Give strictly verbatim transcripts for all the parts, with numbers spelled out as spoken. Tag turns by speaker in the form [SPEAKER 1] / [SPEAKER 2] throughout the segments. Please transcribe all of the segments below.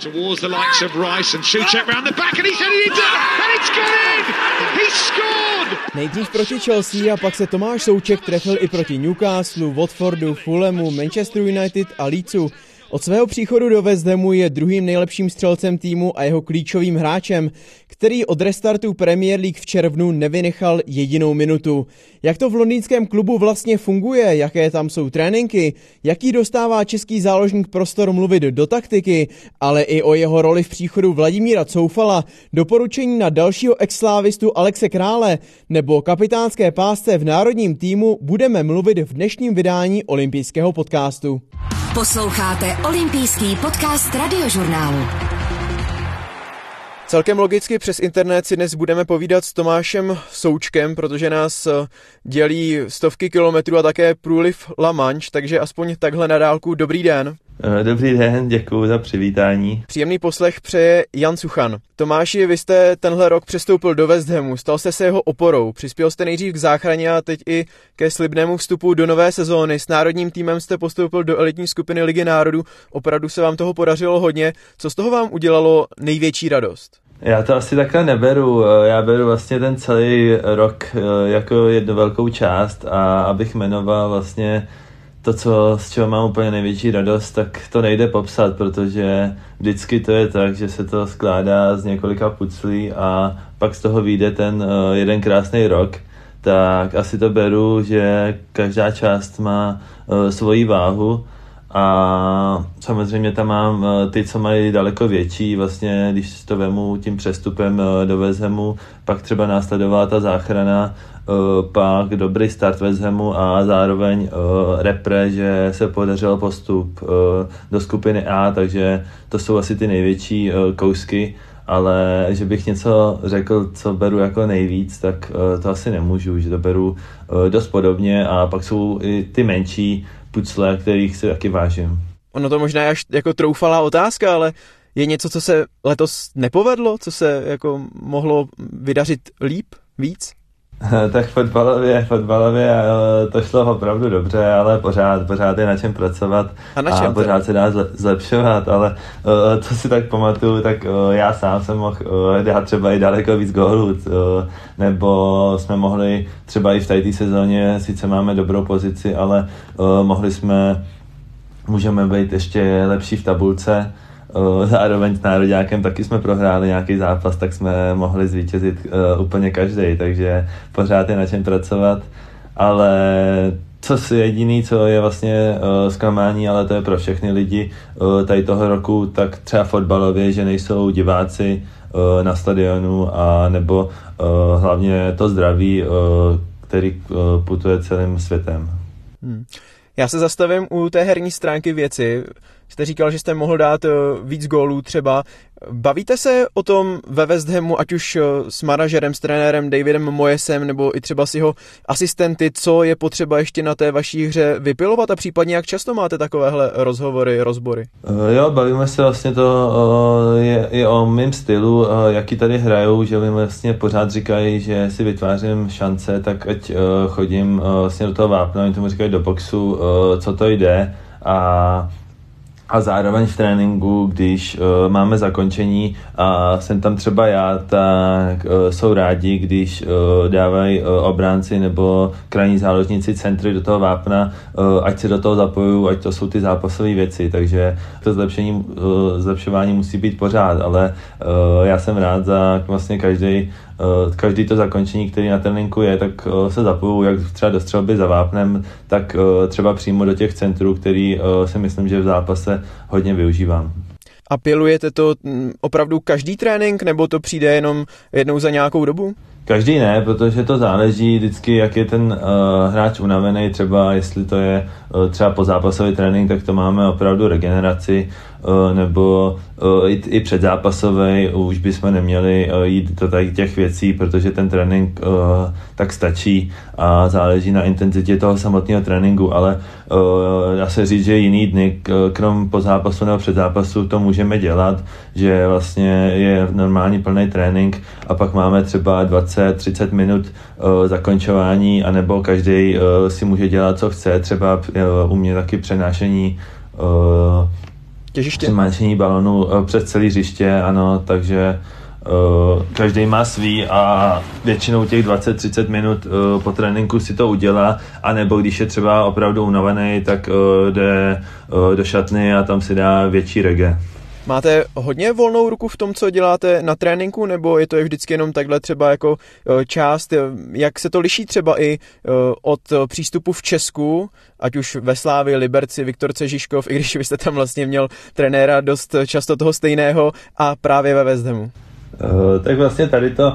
[SPEAKER 1] towards the likes of Rice and Souček round the back and he's headed into and it's gone in! He scored!
[SPEAKER 2] Nejdřív proti Chelsea a pak se Tomáš Souček trefil i proti Newcastlu, Watfordu, Fulhamu, Manchester United a Leedsu. Od svého příchodu do West Hamu je druhým nejlepším střelcem týmu a jeho klíčovým hráčem, který od restartu Premier League v červnu nevynechal jedinou minutu. Jak to v londýnském klubu vlastně funguje, jaké tam jsou tréninky, jaký dostává český záložník prostor mluvit do taktiky, ale i o jeho roli v příchodu Vladimíra Coufala, doporučení na dalšího exslávistu Alexe Krále nebo kapitánské pásce v národním týmu budeme mluvit v dnešním vydání olympijského podcastu.
[SPEAKER 3] Posloucháte olympijský podcast Radiožurnálu.
[SPEAKER 2] Celkem logicky přes internet si dnes budeme povídat s Tomášem Součkem, protože nás dělí stovky kilometrů a také průliv La Manche, takže aspoň takhle na dálku dobrý den.
[SPEAKER 4] Dobrý den, děkuji za přivítání.
[SPEAKER 2] Příjemný poslech přeje Jan Suchan. Tomáši, vy jste tenhle rok přestoupil do West Hamu, stal jste se jeho oporou, přispěl jste nejdřív k záchraně a teď i ke slibnému vstupu do nové sezóny. S národním týmem jste postoupil do elitní skupiny Ligy národů, opravdu se vám toho podařilo hodně. Co z toho vám udělalo největší radost?
[SPEAKER 4] Já to asi takhle neberu, já beru vlastně ten celý rok jako jednu velkou část a abych jmenoval vlastně to, co, z čeho mám úplně největší radost, tak to nejde popsat, protože vždycky to je tak, že se to skládá z několika puclí a pak z toho vyjde ten jeden krásný rok, tak asi to beru, že každá část má svoji váhu. A samozřejmě tam mám ty, co mají daleko větší, vlastně když to vemu tím přestupem do West Hamu, pak třeba následovala ta záchrana, pak dobrý start West Hamu a zároveň repre, že se podařil postup do skupiny A, takže to jsou asi ty největší kousky, ale že bych něco řekl, co beru jako nejvíc, tak to asi nemůžu, že to beru dost podobně a pak jsou i ty menší pucle, kterých si taky vážím.
[SPEAKER 2] Ono to možná je až jako troufalá otázka, ale je něco, co se letos nepovedlo, co se jako mohlo vydařit líp, víc?
[SPEAKER 4] Tak fotbalově, fotbalově to šlo opravdu dobře, ale pořád, pořád je na čem pracovat
[SPEAKER 2] a, na čem
[SPEAKER 4] a pořád se dá zlepšovat, ale co si tak pamatuju, tak já sám jsem mohl dát třeba i daleko víc gólů, nebo jsme mohli třeba i v této sezóně, sice máme dobrou pozici, ale mohli jsme, můžeme být ještě lepší v tabulce. Zároveň s nároďákem taky jsme prohráli nějaký zápas, tak jsme mohli zvítězit uh, úplně každý, takže pořád je na čem pracovat, ale co si jediný, co je vlastně uh, zklamání, ale to je pro všechny lidi uh, tady toho roku, tak třeba fotbalově, že nejsou diváci uh, na stadionu a nebo uh, hlavně to zdraví, uh, který uh, putuje celým světem.
[SPEAKER 2] Hmm. Já se zastavím u té herní stránky věci. Jste říkal, že jste mohl dát víc gólů třeba. Bavíte se o tom ve West Hamu, ať už s manažerem, s trenérem Davidem Moyesem, nebo i třeba s jeho asistenty, co je potřeba ještě na té vaší hře vypilovat a případně jak často máte takovéhle rozhovory, rozbory?
[SPEAKER 4] Jo, bavíme se vlastně to je, je o mém stylu, jaký tady hrajou, že mi vlastně pořád říkají, že si vytvářím šance, tak ať chodím vlastně do toho vápna, oni tomu říkají do boxu, co to jde a A zároveň v tréninku, když uh, máme zakončení a jsem tam třeba já, tak uh, jsou rádi, když uh, dávají uh, obránci nebo krajní záložníci centry do toho vápna, uh, ať se do toho zapojují, ať to jsou ty zápasové věci, takže to zlepšení, uh, zlepšování musí být pořád, ale uh, já jsem rád za vlastně každý každý to zakončení, který na tréninku je, tak se zapojují jak třeba do střelby za vápnem, tak třeba přímo do těch centrů, který si myslím, že v zápase hodně využívám.
[SPEAKER 2] A pilujete to opravdu každý trénink, nebo to přijde jenom jednou za nějakou dobu?
[SPEAKER 4] Každý ne, protože to záleží vždycky, jak je ten uh, hráč unavený, třeba jestli to je uh, třeba pozápasový trénink, tak to máme opravdu regeneraci, uh, nebo uh, i, i předzápasový, už bychom neměli uh, jít do těch věcí, protože ten trénink uh, tak stačí a záleží na intenzitě toho samotného tréninku, ale uh, dá se říct, že jiný dny, krom pozápasu nebo předzápasu, to můžeme dělat, že vlastně je normální plný trénink a pak máme třeba dvacet třicet minut uh, zakončování, anebo každý uh, si může dělat, co chce, třeba uh, u mě taky přenášení uh,
[SPEAKER 2] těžiště?
[SPEAKER 4] Přemáčení balonu přes celý hřiště, ano, takže uh, každý má svý a většinou těch dvacet třicet minut uh, po tréninku si to udělá, anebo když je třeba opravdu unavený, tak uh, jde uh, do šatny a tam si dá větší reggae.
[SPEAKER 2] Máte hodně volnou ruku v tom, co děláte na tréninku, nebo je to je vždycky jenom takhle třeba jako část? Jak se to liší třeba i od přístupu v Česku, ať už ve Slávii, Liberci, Viktorce Žižkov, i když vy jste tam vlastně měl trenéra dost často toho stejného, a právě ve West Hamu?
[SPEAKER 4] Uh, tak vlastně tady to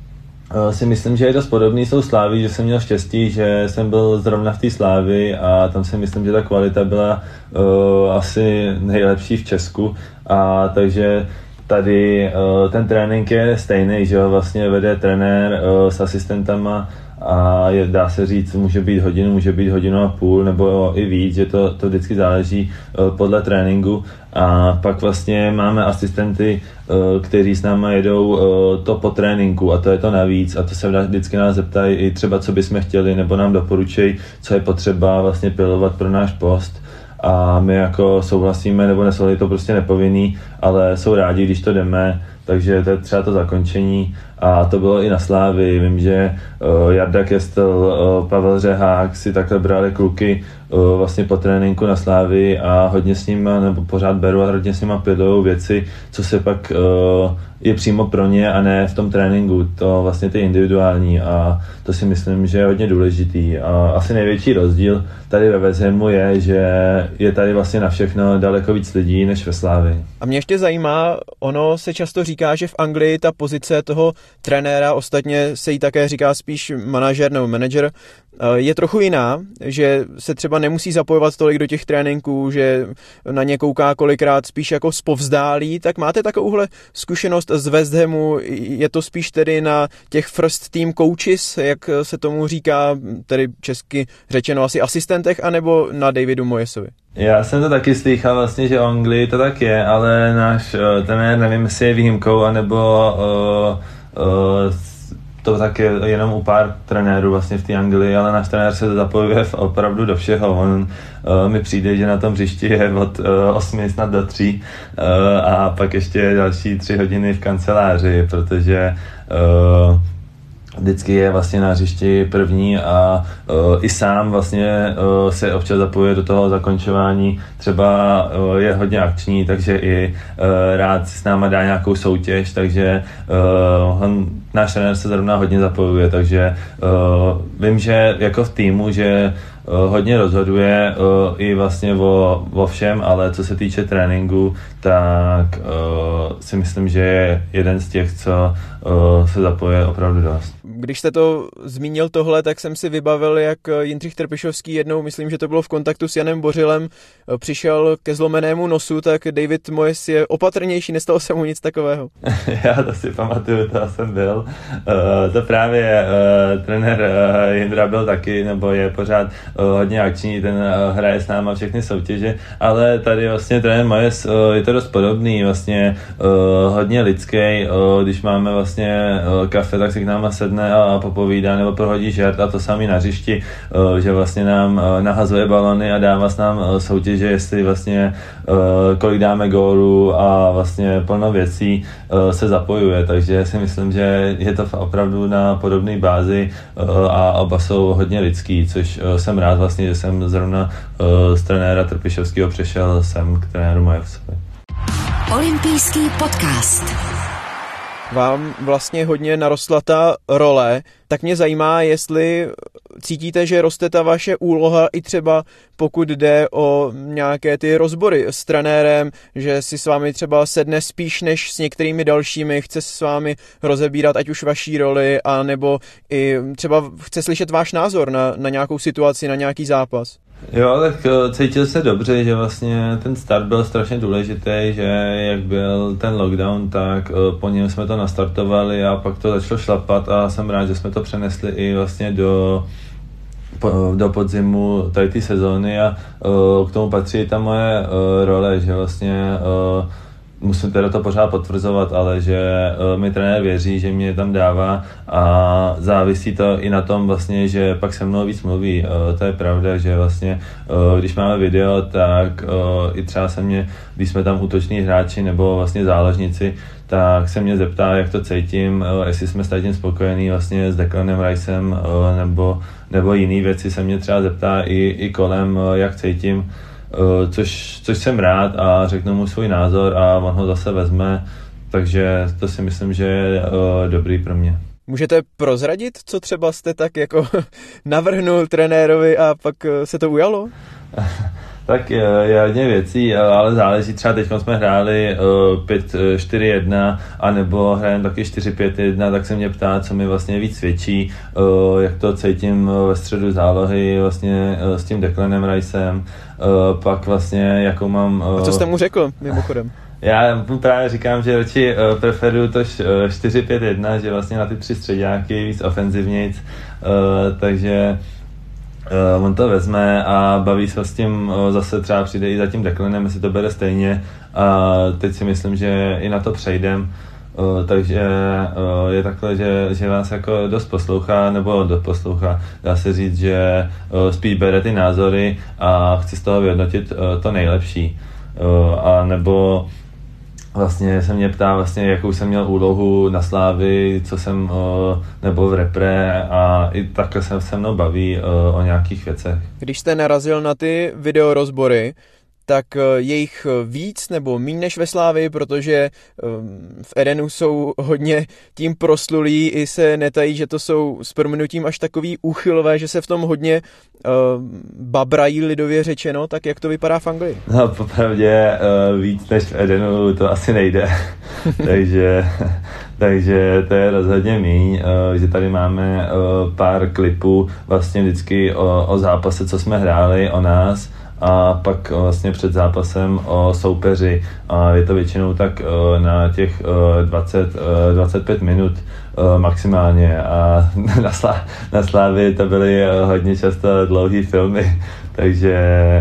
[SPEAKER 4] si myslím, že je dost podobný s tou Sláví, že jsem měl štěstí, že jsem byl zrovna v té Slávii a tam si myslím, že ta kvalita byla uh, asi nejlepší v Česku, a takže tady uh, ten trénink je stejný, že ho vlastně vede trenér uh, s asistentama a je, dá se říct, může být hodinu, může být hodinu a půl nebo i víc, že to, to vždycky záleží uh, podle tréninku. A pak vlastně máme asistenty, uh, kteří s náma jedou uh, to po tréninku, a to je to navíc, a to se vždycky nás zeptají i třeba, co bychom chtěli, nebo nám doporučují, co je potřeba vlastně pilovat pro náš post. A my jako souhlasíme nebo nesouhlasíme, to prostě nepovinný, ale jsou rádi, když to jdeme, takže to je třeba to zakončení. A to bylo i na Slávii. Vím, že uh, Jarda Kestel, uh, Pavel Řehák si takhle brali kluky uh, vlastně po tréninku na Slávii a hodně s nima, nebo pořád beru a hodně s nima pilujou věci, co se pak uh, je přímo pro ně a ne v tom tréninku. To vlastně ty individuální, a to si myslím, že je hodně důležitý. A asi největší rozdíl tady ve West Hamu je, že je tady vlastně na všechno daleko víc lidí než ve Slávii.
[SPEAKER 2] A mě ještě zajímá, ono se často říká, že v Anglii ta pozice toho trenéra, ostatně se jí také říká spíš manažer nebo manager, je trochu jiná, že se třeba nemusí zapojovat tolik do těch tréninků, že na ně kouká kolikrát spíš jako zpovzdálí. Tak máte takovouhle zkušenost z West Hamu? Je to spíš tedy na těch first team coaches, jak se tomu říká, tedy česky řečeno asi asistentech, anebo na Davidu Moyesovi?
[SPEAKER 4] Já jsem to taky slychal vlastně, že v Anglii to tak je, ale náš uh, trenér, nevím, jestli je výjimkou, anebo uh, uh, to tak je jenom u pár trenérů vlastně v té Anglii, ale náš trenér se zapojuje opravdu do všeho. On uh, mi přijde, že na tom hřišti je od uh, osmi snad do tří uh, a pak ještě další tři hodiny v kanceláři, protože uh, vždycky je vlastně na hřišti první a uh, i sám vlastně uh, se občas zapojuje do toho zakončování. Třeba uh, je hodně akční, takže i uh, rád si s náma dá nějakou soutěž, takže uh, on, náš trenér se zrovna hodně zapojuje, takže uh, vím, že jako v týmu, že uh, hodně rozhoduje uh, i vlastně o, o všem, ale co se týče tréninku, tak uh, si myslím, že je jeden z těch, co uh, se zapojuje opravdu dost.
[SPEAKER 2] Když jste to zmínil tohle, tak jsem si vybavil, jak Jindřich Trpišovský jednou, myslím, že to bylo v kontaktu s Janem Bořilem, přišel ke zlomenému nosu, tak David Moyes je opatrnější, nestalo se mu nic takového.
[SPEAKER 4] Já to si pamatuju, to jsem byl. Uh, to právě uh, trenér uh, Jindra byl taky, nebo je pořád uh, hodně akční, ten uh, hraje s náma všechny soutěže, ale tady vlastně trenér Moyes uh, je to dost podobný, vlastně uh, hodně lidský, uh, když máme vlastně uh, kafe, tak si k náma sedne a popovídá nebo prohodí žert, a to samý na hřišti, uh, že vlastně nám uh, nahazuje balony a dává s nám uh, soutěže, jestli vlastně uh, kolik dáme gólů a vlastně plno věcí uh, se zapojuje, takže si myslím, že je to opravdu na podobné bázi uh, a oba jsou hodně lidský, což uh, jsem rád vlastně, že jsem zrovna uh, z trenéra Trpišovského přešel sem k trenéru Moyesovi.
[SPEAKER 3] Olympijský podcast.
[SPEAKER 2] Vám vlastně hodně narostla ta role, tak mě zajímá, jestli cítíte, že roste ta vaše úloha i třeba pokud jde o nějaké ty rozbory s trenérem, že si s vámi třeba sedne spíš než s některými dalšími, chce s vámi rozebírat ať už vaší roli, anebo i třeba chce slyšet váš názor na, na nějakou situaci, na nějaký zápas.
[SPEAKER 4] Jo, tak cítil se dobře, že vlastně ten start byl strašně důležitý, že jak byl ten lockdown, tak po něm jsme to nastartovali a pak to začalo šlapat a jsem rád, že jsme to přenesli i vlastně do, do podzimu tady ty sezóny a k tomu patří ta moje role, že vlastně musím teda to pořád potvrzovat, ale že uh, mi trenér věří, že mě tam dává a závisí to i na tom vlastně, že pak se mnou víc mluví. Uh, to je pravda, že vlastně, uh, když máme video, tak uh, i třeba se mě, když jsme tam útoční hráči nebo vlastně záložníci, tak se mě zeptá, jak to cítím, uh, jestli jsme s tím spokojení vlastně s Declanem Ricem, uh, nebo, nebo jiný věci se mě třeba zeptá i, i kolem, uh, jak cítím. Uh, což, což jsem rád a řeknu mu svůj názor a on ho zase vezme, takže to si myslím, že je uh, dobrý pro mě.
[SPEAKER 2] Můžete prozradit, co třeba jste tak jako navrhnul trenérovi a pak se to ujalo?
[SPEAKER 4] Tak je, je hodně věcí, ale záleží, třeba teď jsme hráli uh, pět čtyři jedna a nebo hrajeme taky čtyři pět jedna, tak se mě ptá, co mi vlastně víc svědčí, uh, jak to cítím ve středu zálohy vlastně uh, s tím Declanem Ricem, uh, pak vlastně jakou mám... Uh,
[SPEAKER 2] a co jste mu řekl mimochodem?
[SPEAKER 4] Já právě říkám, že radši uh, preferuju to čtyři pět jedna, že vlastně na ty tři středáky víc ofenzivnějc, uh, takže Uh, on to vezme a baví se s tím, uh, zase třeba přijde i za tím Declanem, jestli to bere stejně a teď si myslím, že i na to přejdem, uh, takže uh, je takhle, že, že vás jako dost poslouchá, nebo dost poslouchá, dá se říct, že uh, spíš bere ty názory a chce z toho vyhodnotit uh, to nejlepší, uh, a nebo vlastně se mě ptá, vlastně, jakou jsem měl úlohu na Slávii, co jsem, nebo v repre a i takhle se se mnou baví o nějakých věcech.
[SPEAKER 2] Když jste narazil na ty videorozbory, tak je jich víc nebo míň než ve Slávii, protože v Edenu jsou hodně tím proslulí, i se netají, že to jsou s prominutím až takový úchylové, že se v tom hodně uh, babrají lidově řečeno, tak jak to vypadá v Anglii?
[SPEAKER 4] No popravdě uh, víc než v Edenu to asi nejde, takže, takže to je rozhodně míň, uh, že tady máme uh, pár klipů vlastně vždycky o, o zápase, co jsme hráli, o nás, a pak vlastně před zápasem o soupeři a je to většinou tak na těch dvacet dvacet pět minut maximálně a na, Slá- na Slávii to byly hodně často dlouhý filmy, takže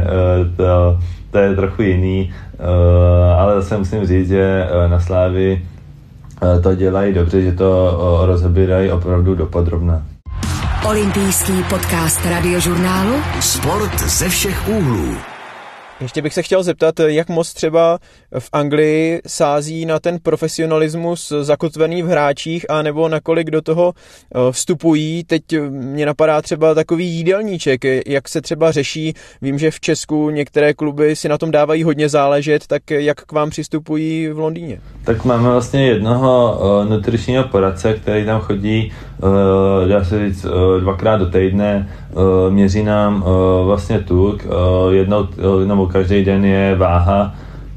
[SPEAKER 4] to, to je trochu jiný, ale zase musím říct, že na Slávii to dělají dobře, že to rozebírají opravdu dopodrobna.
[SPEAKER 3] Olympijský podcast Radiožurnálu.
[SPEAKER 5] Sport ze všech úhlů.
[SPEAKER 2] Ještě bych se chtěl zeptat, jak moc třeba v Anglii sází na ten profesionalismus zakotvený v hráčích a nebo nakolik do toho vstupují. Teď mě napadá třeba takový jídelníček, jak se třeba řeší. Vím, že v Česku některé kluby si na tom dávají hodně záležet, tak jak k vám přistupují v Londýně?
[SPEAKER 4] Tak máme vlastně jednoho uh, nutričního poradce, který tam chodí, uh, dá se říct, uh, dvakrát do týdne, uh, měří nám uh, vlastně tuk, uh, jednou, uh, nebo každý den je váha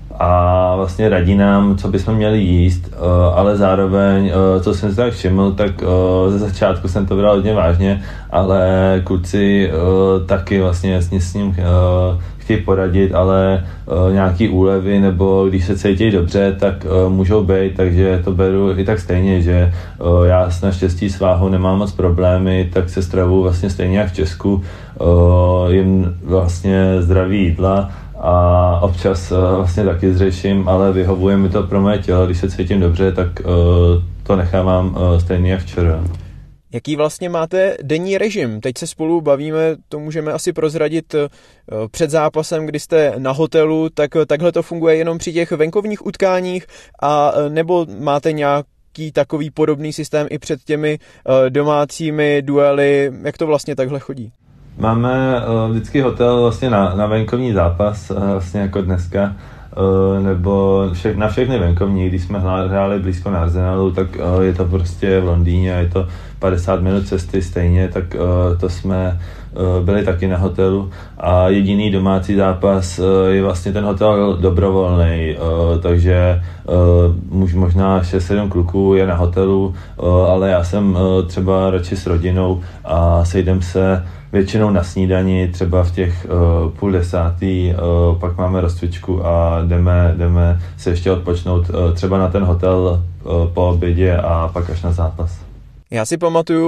[SPEAKER 4] a vlastně radí nám, co bychom měli jíst, uh, ale zároveň, uh, co jsem si tak všiml, tak uh, ze začátku jsem to bral hodně vážně, ale kluci uh, taky vlastně s, s ním uh, chtějí poradit, ale uh, nějaký úlevy nebo když se cítí dobře, tak uh, můžou být, takže to beru i tak stejně, že uh, já naštěstí s váhou nemám moc problémy, tak se stravuju vlastně stejně jak v Česku, uh, jim vlastně zdraví jídla a občas uh, vlastně taky zřeším, ale vyhovuje mi to pro moje tělo, když se cítím dobře, tak uh, to nechávám uh, stejně jak včera.
[SPEAKER 2] Jaký vlastně máte denní režim? Teď se spolu bavíme, to můžeme asi prozradit před zápasem, kdy jste na hotelu, tak takhle to funguje jenom při těch venkovních utkáních, a nebo máte nějaký takový podobný systém i před těmi domácími duely? Jak to vlastně takhle chodí?
[SPEAKER 4] Máme uh, vždycky hotel vlastně na, na venkovní zápas, uh, vlastně jako dneska, uh, nebo vše, na všechny venkovní, když jsme hráli blízko na Arsenalu, tak uh, je to prostě v Londýně a je to padesát minut cesty stejně, tak uh, to jsme uh, byli taky na hotelu a jediný domácí zápas uh, je vlastně ten hotel dobrovolný, uh, takže uh, možná šest sedm kluků je na hotelu, uh, ale já jsem uh, třeba radši s rodinou a sejdem se většinou na snídani, třeba v těch uh, půl desátý, uh, pak máme rozcvičku a jdeme, jdeme se ještě odpočnout uh, třeba na ten hotel uh, po obědě a pak až na zápas.
[SPEAKER 2] Já si pamatuju,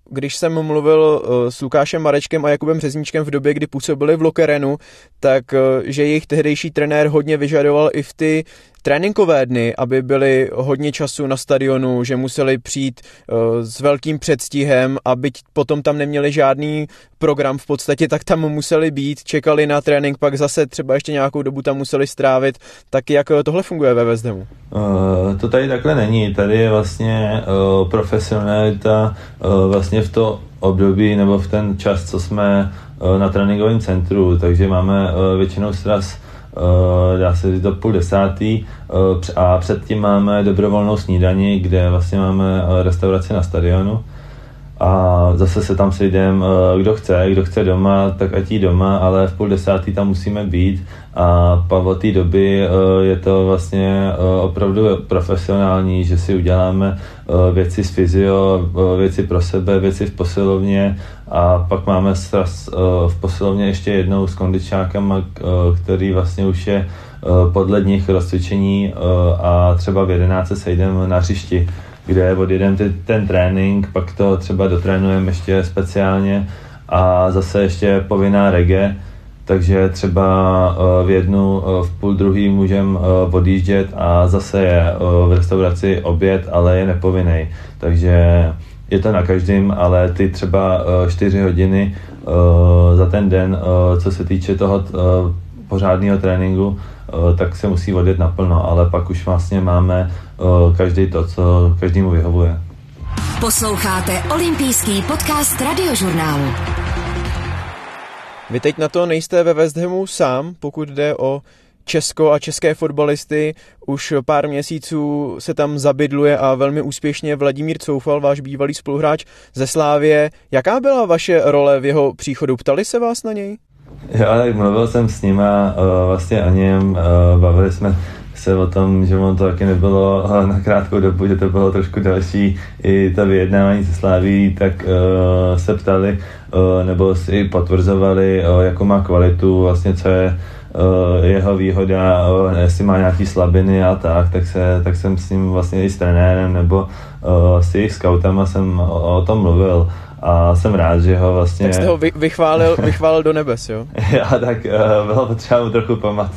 [SPEAKER 2] když jsem mluvil s Lukášem Marečkem a Jakubem Řezníčkem v době, kdy působili v Lokerenu, tak že jejich tehdejší trenér hodně vyžadoval i v ty tréninkové dny, aby byli hodně času na stadionu, že museli přijít uh, s velkým předstihem a byť potom tam neměli žádný program v podstatě, tak tam museli být, čekali na trénink, pak zase třeba ještě nějakou dobu tam museli strávit. Tak jak tohle funguje ve West Hamu?
[SPEAKER 4] Uh, to tady takhle není. Tady je vlastně uh, profesionalita uh, vlastně v to období nebo v ten čas, co jsme uh, na tréninkovém centru, takže máme uh, většinou sraz Uh, dá se říct do půl desátý uh, a předtím máme dobrovolnou snídani, kde vlastně máme uh, restauraci na stadionu a zase se tam sejdeme, uh, kdo chce, kdo chce doma, tak ať jí doma, ale v půl desátý tam musíme být a pak od té doby uh, je to vlastně uh, opravdu profesionální, že si uděláme uh, věci z fyzio, uh, věci pro sebe, věci v posilovně a pak máme sraz uh, v posilovně ještě jednou s kondičákama, uh, který vlastně už je uh, podle nich rozcvičení uh, a třeba v jedenáct se sejdeme na hřišti, kde odjedeme ten trénink, pak to třeba dotrénujeme ještě speciálně a zase ještě povinná reggae, takže třeba uh, v jednu, uh, v půl druhý můžeme uh, odjíždět a zase je uh, v restauraci oběd, ale je nepovinný, takže je to na každém, ale ty třeba uh, čtyři hodiny uh, za ten den, uh, co se týče toho uh, pořádného tréninku, uh, tak se musí odjet naplno, ale pak už vlastně máme uh, každý to, co každému vyhovuje.
[SPEAKER 3] Posloucháte olympijský podcast Radiožurnálu.
[SPEAKER 2] Vy teď na to nejste ve West Hamu sám, pokud jde o Česko a české fotbalisty. Už pár měsíců se tam zabydluje a velmi úspěšně Vladimír Coufal, váš bývalý spoluhráč ze Slávie. Jaká byla vaše role v jeho příchodu? Ptali se vás na něj?
[SPEAKER 4] Jo, tak mluvil jsem s nima uh, vlastně o něm, uh, bavili jsme se o tom, že on to taky nebylo uh, na krátkou dobu, že to bylo trošku další, i to vyjednávání se Slaví, tak uh, se ptali, uh, nebo si potvrzovali, uh, jakou má kvalitu, vlastně co je uh, jeho výhoda, uh, jestli má nějaký slabiny a tak, tak, se, tak jsem s ním vlastně i s trenérem nebo uh, s jejich scoutama jsem o, o tom mluvil. A jsem rád, že ho vlastně...
[SPEAKER 2] Tak jste ho vy, vychválil, vychválil do nebes, jo?
[SPEAKER 4] Já tak uh, bylo potřeba mu trochu pomoct.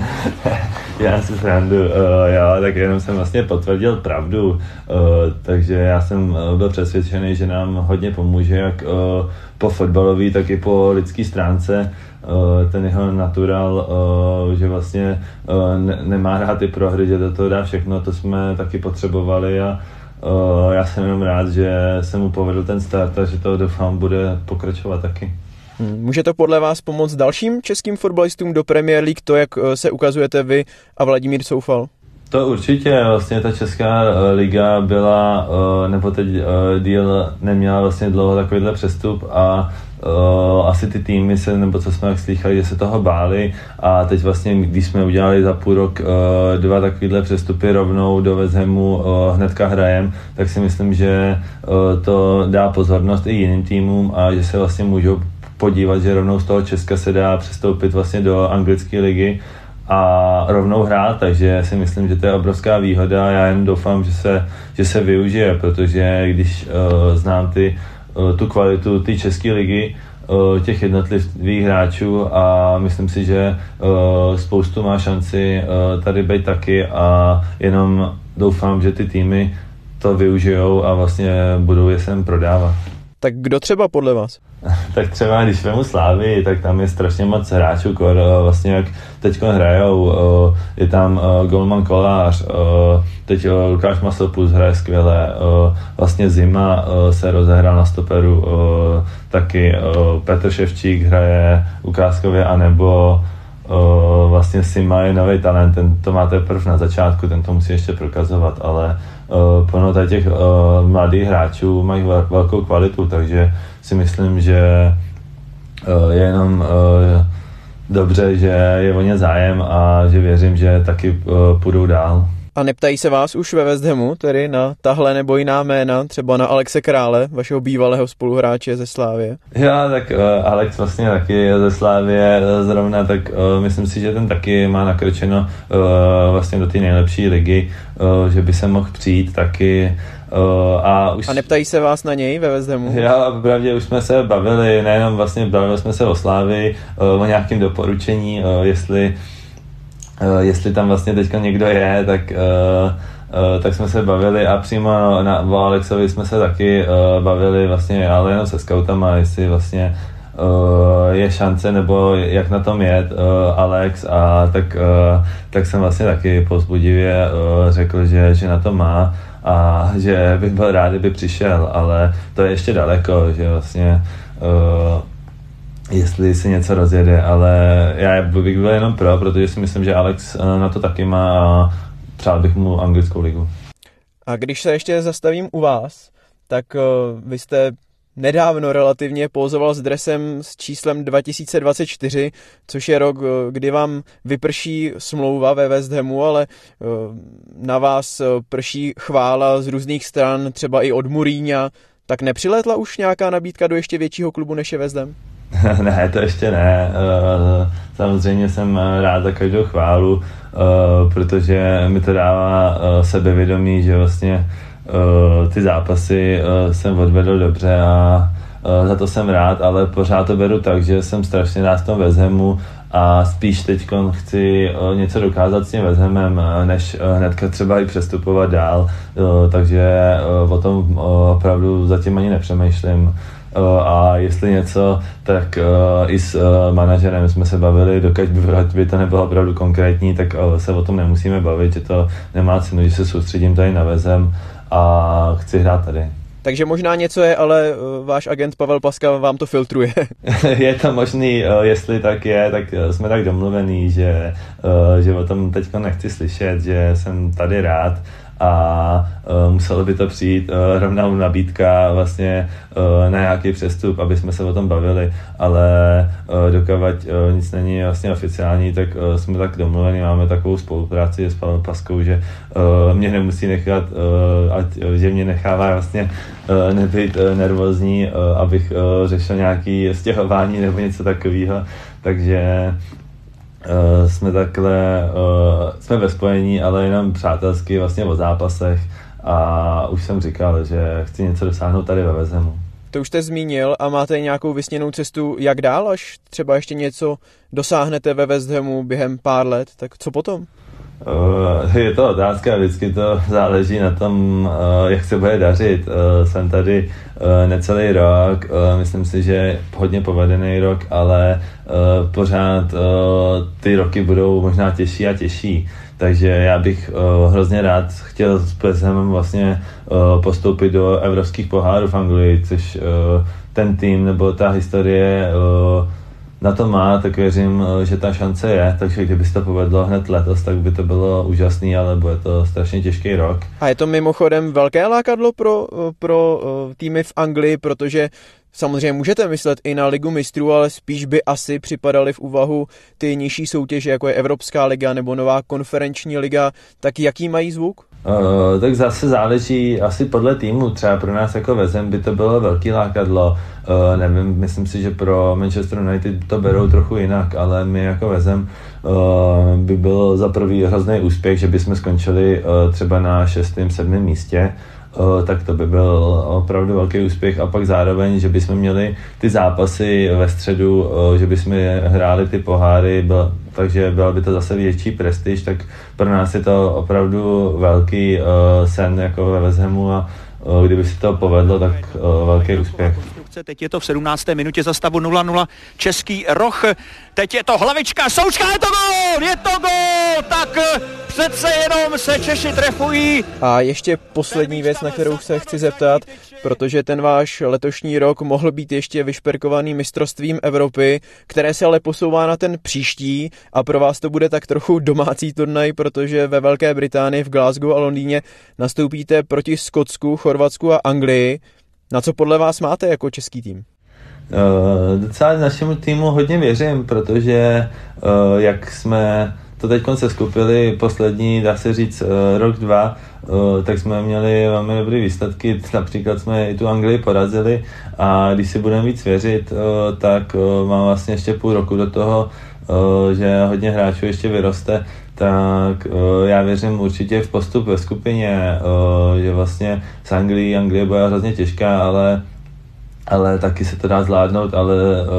[SPEAKER 4] Já si srandu, uh, jo, tak jenom jsem vlastně potvrdil pravdu. Uh, takže já jsem uh, byl přesvědčený, že nám hodně pomůže, jak uh, po fotbalové, tak i po lidské stránce. Uh, ten jeho natural, uh, že vlastně uh, ne, nemá rád ty prohry, že do toho dá všechno, to jsme taky potřebovali a Uh, já jsem jenom rád, že se mu povedl ten start a že to doufám bude pokračovat taky.
[SPEAKER 2] Hmm. Může to podle vás pomoct dalším českým fotbalistům do Premier League, to, jak se ukazujete vy a Vladimír Coufal?
[SPEAKER 4] To určitě, vlastně ta česká liga byla, nebo teď díl neměla vlastně dlouho takovýhle přestup a Uh, asi ty týmy se, nebo co jsme tak slýchali, že se toho báli a teď vlastně, když jsme udělali za půl rok uh, dva takovýhle přestupy rovnou do West Hamu, uh, hnedka hrajem, tak si myslím, že uh, to dá pozornost i jiným týmům a že se vlastně můžou podívat, že rovnou z toho Česka se dá přestoupit vlastně do anglické ligy a rovnou hrát, takže si myslím, že to je obrovská výhoda. Já jen doufám, že se, že se využije, protože když uh, znám ty tu kvalitu té české ligy, těch jednotlivých hráčů a myslím si, že spoustu má šanci tady být taky a jenom doufám, že ty týmy to využijou a vlastně budou je sem prodávat.
[SPEAKER 2] Tak kdo třeba podle vás?
[SPEAKER 4] Tak třeba, když vemu Slávy, tak tam je strašně moc hráčů, kor, vlastně jak teď hrajou, je tam golman Kolář, teď Lukáš Masopus hraje skvěle, vlastně Zima se rozehrál na stoperu, taky Petr Ševčík hraje ukázkově, anebo vlastně Sima je nový talent, ten to má teprve na začátku, ten to musí ještě prokazovat, ale Uh, plno tady těch uh, mladých hráčů mají velkou kvalitu, takže si myslím, že uh, je jenom uh, dobře, že je o ně zájem a že věřím, že taky uh, půjdou dál.
[SPEAKER 2] A neptají se vás už ve West Hamu, tedy na tahle nebo jiná jména, třeba na Alexe Krále, vašeho bývalého spoluhráče ze Slávie?
[SPEAKER 4] Jo, tak uh, Alex vlastně taky je ze Slávie zrovna, tak uh, myslím si, že ten taky má nakročeno uh, vlastně do té nejlepší ligy, uh, že by se mohl přijít taky. Uh, a, už...
[SPEAKER 2] a neptají se vás na něj ve West Hamu?
[SPEAKER 4] Já, pravdě, už jsme se bavili, nejenom vlastně bavili jsme se o Slávii, uh, o nějakém doporučení, uh, jestli Uh, jestli tam vlastně teďka někdo je, tak, uh, uh, tak jsme se bavili a přímo na, o Alexovi jsme se taky uh, bavili vlastně, ale jenom se scoutama, jestli vlastně uh, je šance nebo jak na tom je uh, Alex a tak, uh, tak jsem vlastně taky povzbudivě uh, řekl, že, že na to má a že bych byl rád, kdyby přišel, ale to je ještě daleko, že vlastně uh, jestli si něco rozjede, ale já bych byl jenom pro, protože si myslím, že Alex na to taky má a přál bych mu anglickou ligu.
[SPEAKER 2] A když se ještě zastavím u vás, tak uh, vy jste nedávno relativně pózoval s dresem s číslem dva tisíce dvacet čtyři, což je rok, kdy vám vyprší smlouva ve West Hamu, ale uh, na vás prší chvála z různých stran, třeba i od Mourinha. Tak nepřilétla už nějaká nabídka do ještě většího klubu než je West Ham?
[SPEAKER 4] Ne, to ještě ne. Samozřejmě jsem rád za každou chválu, protože mi to dává sebevědomí, že vlastně ty zápasy jsem odvedl dobře a za to jsem rád, ale pořád to beru tak, že jsem strašně rád v tom West Hamu a spíš teď chci něco dokázat s tím West Hamem, než hnedka třeba i přestupovat dál, takže o tom opravdu zatím ani nepřemýšlím. A jestli něco, tak uh, i s uh, manažerem jsme se bavili, dokud by to nebylo opravdu konkrétní, tak uh, se o tom nemusíme bavit, že to nemá cenu, že se soustředím tady na West Ham a chci hrát tady.
[SPEAKER 2] Takže možná něco je, ale uh, váš agent Pavel Paska vám to filtruje.
[SPEAKER 4] Je to možný, uh, jestli tak je, tak uh, jsme tak domluvený, že, uh, že o tom teďko nechci slyšet, že jsem tady rád a uh, muselo by to přijít uh, rovnou nabídka vlastně uh, na nějaký přestup, aby jsme se o tom bavili, ale uh, dokud uh, nic není vlastně oficiální, tak uh, jsme tak domluveni, máme takovou spolupráci s Pavlem Paskou, že uh, mě nemusí nechat, uh, ať, že mě nechává vlastně uh, nebýt uh, nervózní, uh, abych uh, řešil nějaké stěhování nebo něco takového, takže Uh, jsme takhle, uh, jsme ve spojení, ale jenom přátelsky vlastně o zápasech a už jsem říkal, že chci něco dosáhnout tady ve West Hamu.
[SPEAKER 2] To už jste zmínil a máte nějakou vysněnou cestu jak dál, až třeba ještě něco dosáhnete ve West Hamu během pár let, tak co potom?
[SPEAKER 4] Uh, je to otázka, vždycky to záleží na tom, uh, jak se bude dařit. Uh, jsem tady uh, necelý rok, uh, myslím si, že hodně povedený rok, ale uh, pořád uh, ty roky budou možná těžší a těžší. Takže já bych uh, hrozně rád chtěl s West Hamem vlastně uh, postoupit do evropských pohárů v Anglii, což uh, ten tým nebo ta historie uh, na to má, tak věřím, že ta šance je, takže kdyby se to povedlo hned letos, tak by to bylo úžasný, ale bude to strašně těžký rok.
[SPEAKER 2] A je to mimochodem velké lákadlo pro, pro týmy v Anglii, protože samozřejmě můžete myslet i na Ligu mistrů, ale spíš by asi připadaly v úvahu ty nižší soutěže, jako je Evropská liga nebo nová konferenční liga, tak jaký mají zvuk?
[SPEAKER 4] Uh, tak zase záleží asi podle týmu, třeba pro nás jako West Ham by to bylo velký lákadlo, uh, nevím, myslím si, že pro Manchester United to berou trochu jinak, ale my jako West Ham uh, by byl za prvý hrozný úspěch, že bychom skončili uh, třeba na šestém, sedmém místě, Uh, tak to by byl opravdu velký úspěch a pak zároveň, že bychom měli ty zápasy ve středu, uh, že bychom hráli ty poháry, byl, takže byla by to zase větší prestiž, tak pro nás je to opravdu velký uh, sen jako ve West Hamu a uh, kdyby se to povedlo, tak uh, velký úspěch.
[SPEAKER 6] Teď je to v sedmnácté minutě za stavu nula nula Český Roh. Teď je to hlavička, Součka, je to gól, je to gól, tak přece jenom se Češi trefují.
[SPEAKER 2] A ještě poslední věc, na kterou se chci zeptat, protože ten váš letošní rok mohl být ještě vyšperkovaný mistrovstvím Evropy, které se ale posouvá na ten příští a pro vás to bude tak trochu domácí turnaj, protože ve Velké Británii, v Glasgow a Londýně nastoupíte proti Skotsku, Chorvatsku a Anglii. Na co podle vás máte jako český tým?
[SPEAKER 4] Uh, docela našemu týmu hodně věřím, protože uh, jak jsme to teď se skupili poslední, dá se říct, rok, dva, tak jsme měli velmi dobré výsledky, například jsme i tu Anglii porazili a když si budeme víc věřit, tak mám vlastně ještě půl roku do toho, že hodně hráčů ještě vyroste, tak já věřím určitě v postup ve skupině, že vlastně s Anglií, Anglie bude hrozně těžká, ale, ale taky se to dá zvládnout, ale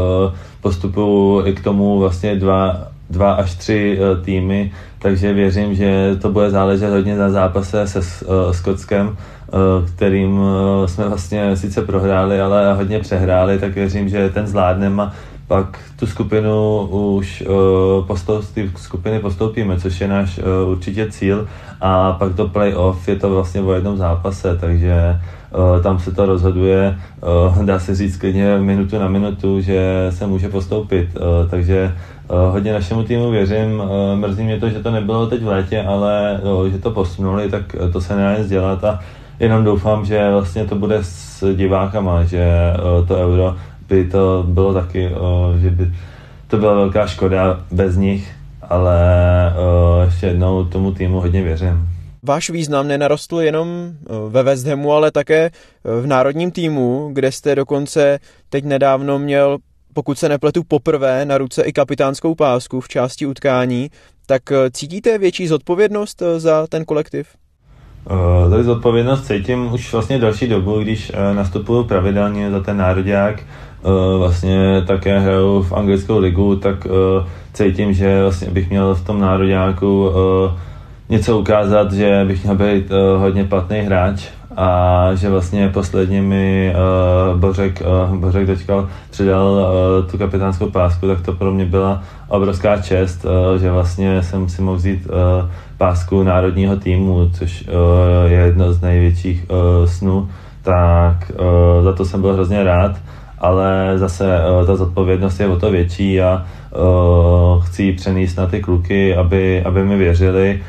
[SPEAKER 4] postupují i k tomu vlastně dva, dva až tři týmy, takže věřím, že to bude záležet hodně na zápase se Skotskem, kterým jsme vlastně sice prohráli, ale hodně přehráli, tak věřím, že ten zvládneme a pak tu skupinu už uh, postoupí, skupiny postoupíme, což je náš uh, určitě cíl a pak to play-off je to vlastně o jednom zápase, takže uh, tam se to rozhoduje, uh, dá se říct klidně minutu na minutu, že se může postoupit, uh, takže uh, hodně našemu týmu věřím, uh, mrzí mě to, že to nebylo teď v létě, ale uh, že to posunuli, tak uh, to se nedá nic dělat a jenom doufám, že vlastně to bude s divákama, že uh, to euro by to bylo taky, že by to byla velká škoda bez nich, ale ještě jednou tomu týmu hodně věřím.
[SPEAKER 2] Váš význam nenarostl jenom ve West Hamu, ale také v národním týmu, kde jste dokonce teď nedávno měl, pokud se nepletu, poprvé na ruce i kapitánskou pásku v části utkání, tak cítíte větší zodpovědnost za ten kolektiv?
[SPEAKER 4] Uh, tady zodpovědnost cítím už vlastně další dobu, když uh, nastupuju pravidelně za ten nároďák, uh, vlastně také hraju v anglickou ligu, tak uh, cítím, že vlastně bych měl v tom nároďáku uh, něco ukázat, že bych měl být uh, hodně platný hráč a že vlastně posledně mi uh, Bořek, uh, Bořek Dočkal předal uh, tu kapitánskou pásku, tak to pro mě byla obrovská čest, uh, že vlastně jsem si mohl vzít uh, pásku národního týmu, což uh, je jedno z největších uh, snů, tak uh, za to jsem byl hrozně rád, ale zase uh, ta zodpovědnost je o to větší a uh, chci ji přenést na ty kluky, aby, aby mi věřili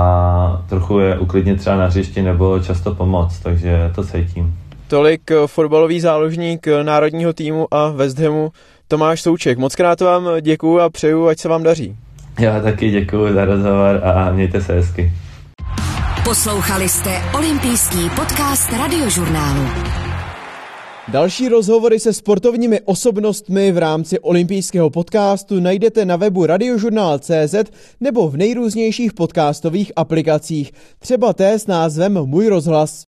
[SPEAKER 4] a trochu je uklidnit třeba na hřišti nebo často pomoct, takže to cítím. Tolik
[SPEAKER 2] fotbalový záložník národního týmu a West Hamu Tomáš Souček. Moc krát vám děkuju a přeju, ať se vám daří.
[SPEAKER 4] Já taky děkuju za rozhovor a mějte se hezky.
[SPEAKER 3] Poslouchali jste olympijský podcast Radiožurnálu.
[SPEAKER 2] Další rozhovory se sportovními osobnostmi v rámci olympijského podcastu najdete na webu radiožurnál tečka cé zet nebo v nejrůznějších podcastových aplikacích, třeba té s názvem Můj rozhlas.